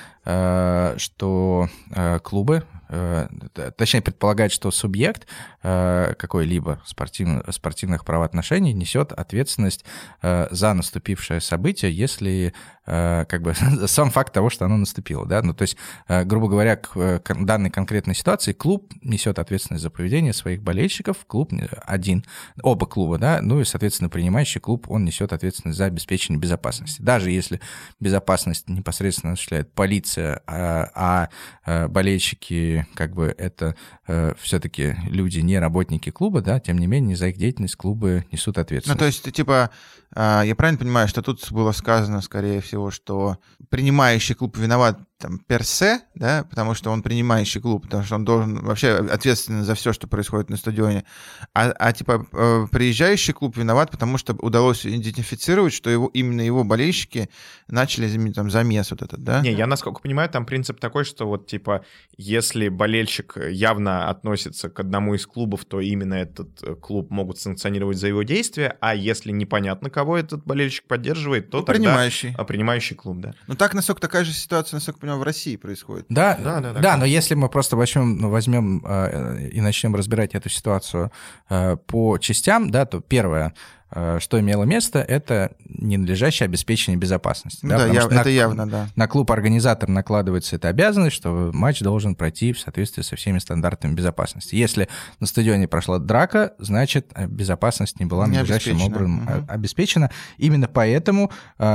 что клубы, точнее, предполагает, что субъект какой-либо спортивных правоотношений несет ответственность за наступившее событие, если как бы сам факт того, что оно наступило, да, ну, то есть, грубо говоря, к данной конкретной ситуации клуб несет ответственность за поведение своих болельщиков, клуб один, оба клуба, да, ну и, соответственно, принимающий клуб, он несет ответственность за обеспечение безопасности. Даже если безопасность непосредственно осуществляет полиция, а болельщики, как бы, это все-таки люди, не работники клуба, да, тем не менее, за их деятельность клубы несут ответственность. Ну, то есть, типа, я правильно понимаю, что тут было сказано, скорее всего, что принимающий клуб виноват там персе, да, потому что он принимающий клуб, потому что он должен вообще ответственен за все, что происходит на стадионе, типа приезжающий клуб виноват, потому что удалось идентифицировать, что именно его болельщики начали там замес вот этот, да? Не, я насколько понимаю, там принцип такой, что вот типа если болельщик явно относится к одному из клубов, то именно этот клуб могут санкционировать за его действия, а если непонятно, кого этот болельщик поддерживает, то тогда принимающий клуб, да. Ну так, насколько такая же ситуация, насколько в России происходит. Да, но если мы просто возьмем и начнем разбирать эту ситуацию по частям, да, то первое, что имело место, это ненадлежащее обеспечение безопасности. Да, это явно, да. На клуб-организатор накладывается эта обязанность, что матч должен пройти в соответствии со всеми стандартами безопасности. Если на стадионе прошла драка, значит, безопасность не была надлежащим образом обеспечена. Именно поэтому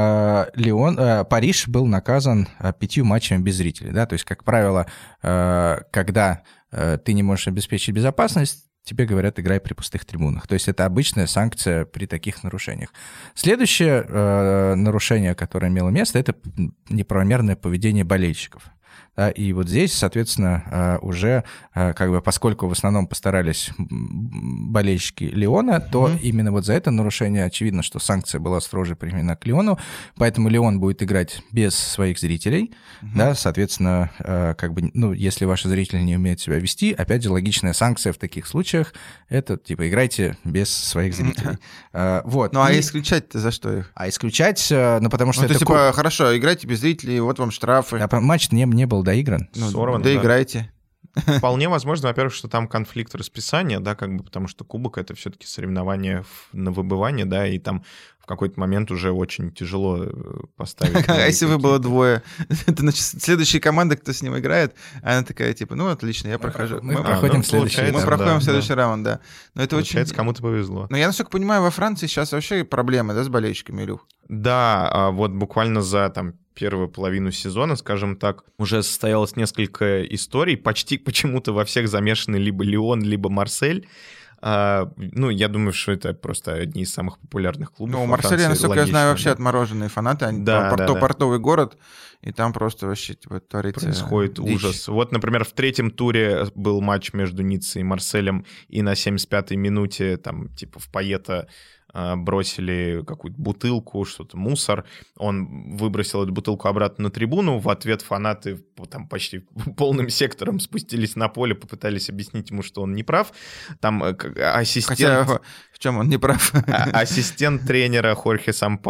Париж был наказан 5 матчами без зрителей. Да? То есть, как правило, когда ты не можешь обеспечить безопасность, тебе говорят, играй при пустых трибунах. То есть это обычная санкция при таких нарушениях. Следующее нарушение, которое имело место, это неправомерное поведение болельщиков. Да, и вот здесь, соответственно, уже, как бы, поскольку в основном постарались болельщики Лиона, то именно вот за это нарушение очевидно, что санкция была строже применена к Лиону, поэтому Лион будет играть без своих зрителей, да, соответственно, как бы, ну, если ваши зрители не умеют себя вести, опять же, логичная санкция в таких случаях — это, типа, играйте без своих зрителей. Вот. Ну, а исключать-то за что их? А исключать, ну, потому что это... типа, хорошо, играйте без зрителей, вот вам штрафы. А матч не был доигран. Сорван, доиграйте. Вполне возможно, во-первых, что там конфликт расписания, да, как бы, потому что кубок — это все-таки соревнование на выбывание, да, и там в какой-то момент уже очень тяжело поставить. А если выбыло двое? Это, значит, следующая команда, кто с ним играет, она такая, типа, ну, отлично, я прохожу. Мы проходим в следующий Мы проходим в следующий раунд, да. Но это получается, кому-то повезло. Но я, насколько понимаю, во Франции сейчас вообще проблемы, да, с болельщиками, Илюх? Да, вот буквально за там первую половину сезона, скажем так, уже состоялось несколько историй. Почти почему-то во всех замешаны либо Лион, либо Марсель. Ну, я думаю, что это просто одни из самых популярных клубов. Ну, Марсель, насколько я знаю, вообще отмороженные фанаты. Они портовый город, и там просто вообще типа творится... Происходит ужас. Вот, например, в третьем туре был матч между Ниццей и Марселем, и на 75-й минуте там типа в Пайета бросили какую-то бутылку, что-то, мусор. Он выбросил эту бутылку обратно на трибуну. В ответ фанаты там почти полным сектором спустились на поле, попытались объяснить ему, что он не прав. Там ассистент... Хотя в чем он не прав? Ассистент тренера Хорхе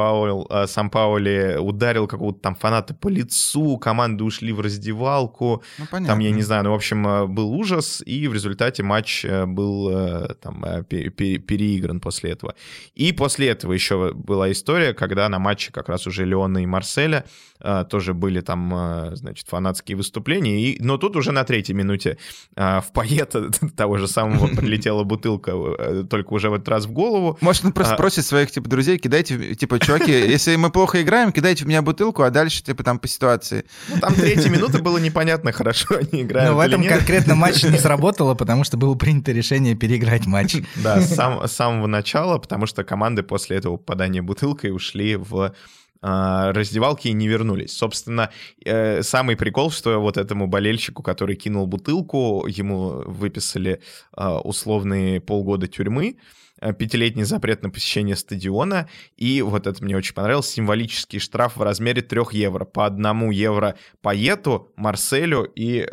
Сампаули ударил какого-то там фаната по лицу, команды ушли в раздевалку. Ну, понятно. Там, я не знаю, ну, в общем, был ужас, и в результате матч был там переигран после этого. И после этого еще была история, когда на матче как раз уже Лиона и Марселя тоже были там, значит, фанатские выступления. Но тут уже на 3-й минуте в Пайета того же самого прилетела бутылка, только уже в этот раз в голову. Может, он просто просит своих, типа, друзей, кидайте, типа, чуваки, если мы плохо играем, кидайте в меня бутылку, а дальше, типа, там по ситуации. Ну, там 3-я минута было непонятно, хорошо они играют. Но в этом конкретно матче не сработало, потому что было принято решение переиграть матч. Да, с самого начала, потому что команды после этого попадания бутылкой ушли в раздевалки и не вернулись. Собственно, самый прикол, что вот этому болельщику, который кинул бутылку, ему выписали условные полгода тюрьмы, 5-летний запрет на посещение стадиона, и вот это мне очень понравилось, символический штраф в размере 3 евро. По 1 евро Пайету, Марселю и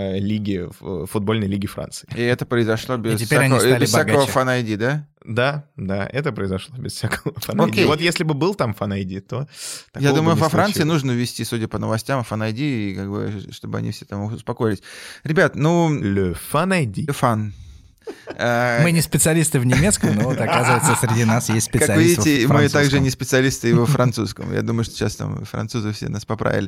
футбольной лиге Франции. И это произошло без всякого фан-айди, да? Да, это произошло без всякого фан-айди. Вот если бы был там фан-айди, то... Я думаю, во Франции нужно ввести, судя по новостям, фан-айди, и как бы, чтобы они все там успокоились. Ребят, ну... Le fan-ID. Le fan. Мы не специалисты в немецком, но вот, оказывается, среди нас есть специалисты в французском. Как видите, мы также не специалисты и во французском. Я думаю, что сейчас там французы все нас поправили.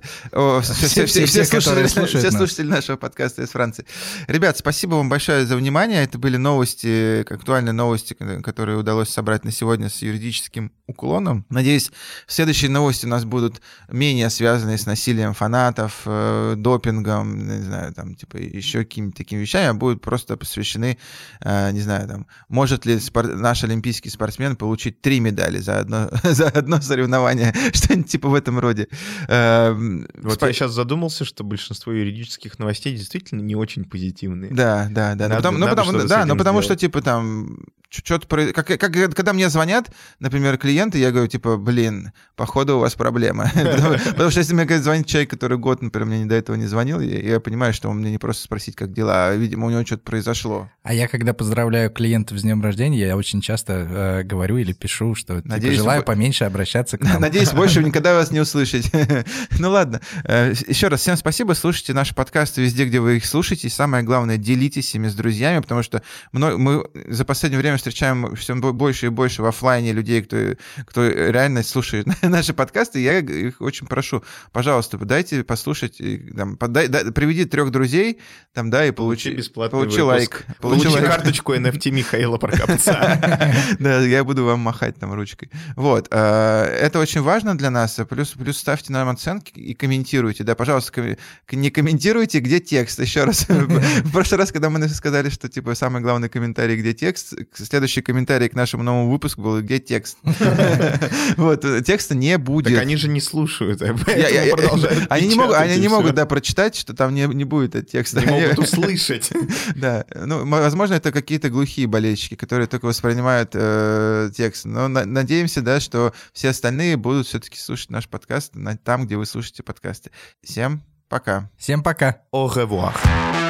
Все слушатели нашего подкаста из Франции. Ребят, спасибо вам большое за внимание. Это были новости, актуальные новости, которые удалось собрать на сегодня с юридическим уклоном. Надеюсь, следующие новости у нас будут менее связанные с насилием фанатов, допингом, не знаю, там, типа, еще какими-то такими вещами, а будут просто посвящены, не знаю, там, может ли наш олимпийский спортсмен получить 3 медали за одно соревнование, что-нибудь типа в этом роде. Вот я сейчас задумался, что большинство юридических новостей действительно не очень позитивные. Да. Потому что, типа, там, что-то... Когда мне звонят, например, клиенты, я говорю, типа, блин, походу у вас проблема. Потому что если мне звонит человек, который год, например, мне до этого не звонил, я понимаю, что он мне не просто спросить, как дела, а, видимо, у него что-то произошло. А я, когда поздравляю клиентов с днем рождения, я очень часто говорю или пишу, что желаю поменьше обращаться к нам. Надеюсь, больше никогда вас не услышать. Ну ладно. Еще раз всем спасибо. Слушайте наши подкасты везде, где вы их слушаете. И самое главное, делитесь ими с друзьями, потому что мы за последнее время встречаем все больше и больше в офлайне людей, кто реально слушает наши подкасты. Я их очень прошу, пожалуйста, дайте послушать, там, приведи 3 друзей, там, да, и получи лайк. Получи карточку NFT Михаила Прокопца. Да, я буду вам махать там ручкой. Вот. Это очень важно для нас. Плюс ставьте нам оценки и комментируйте. Да, пожалуйста, не комментируйте, где текст. Еще раз. В прошлый раз, когда мы сказали, что типа самый главный комментарий, где текст, следующий комментарий к нашему новому выпуску был, где текст. Вот. Текста не будет. Так они же не слушают, поэтому продолжают. Они не могут, да, прочитать, что там не будет текста. Не могут услышать. Да. Ну, возможно, это какие-то глухие болельщики, которые только воспринимают текст. Но надеемся, да, что все остальные будут все-таки слушать наш подкаст там, где вы слушаете подкасты. Всем пока. Всем пока. Au revoir.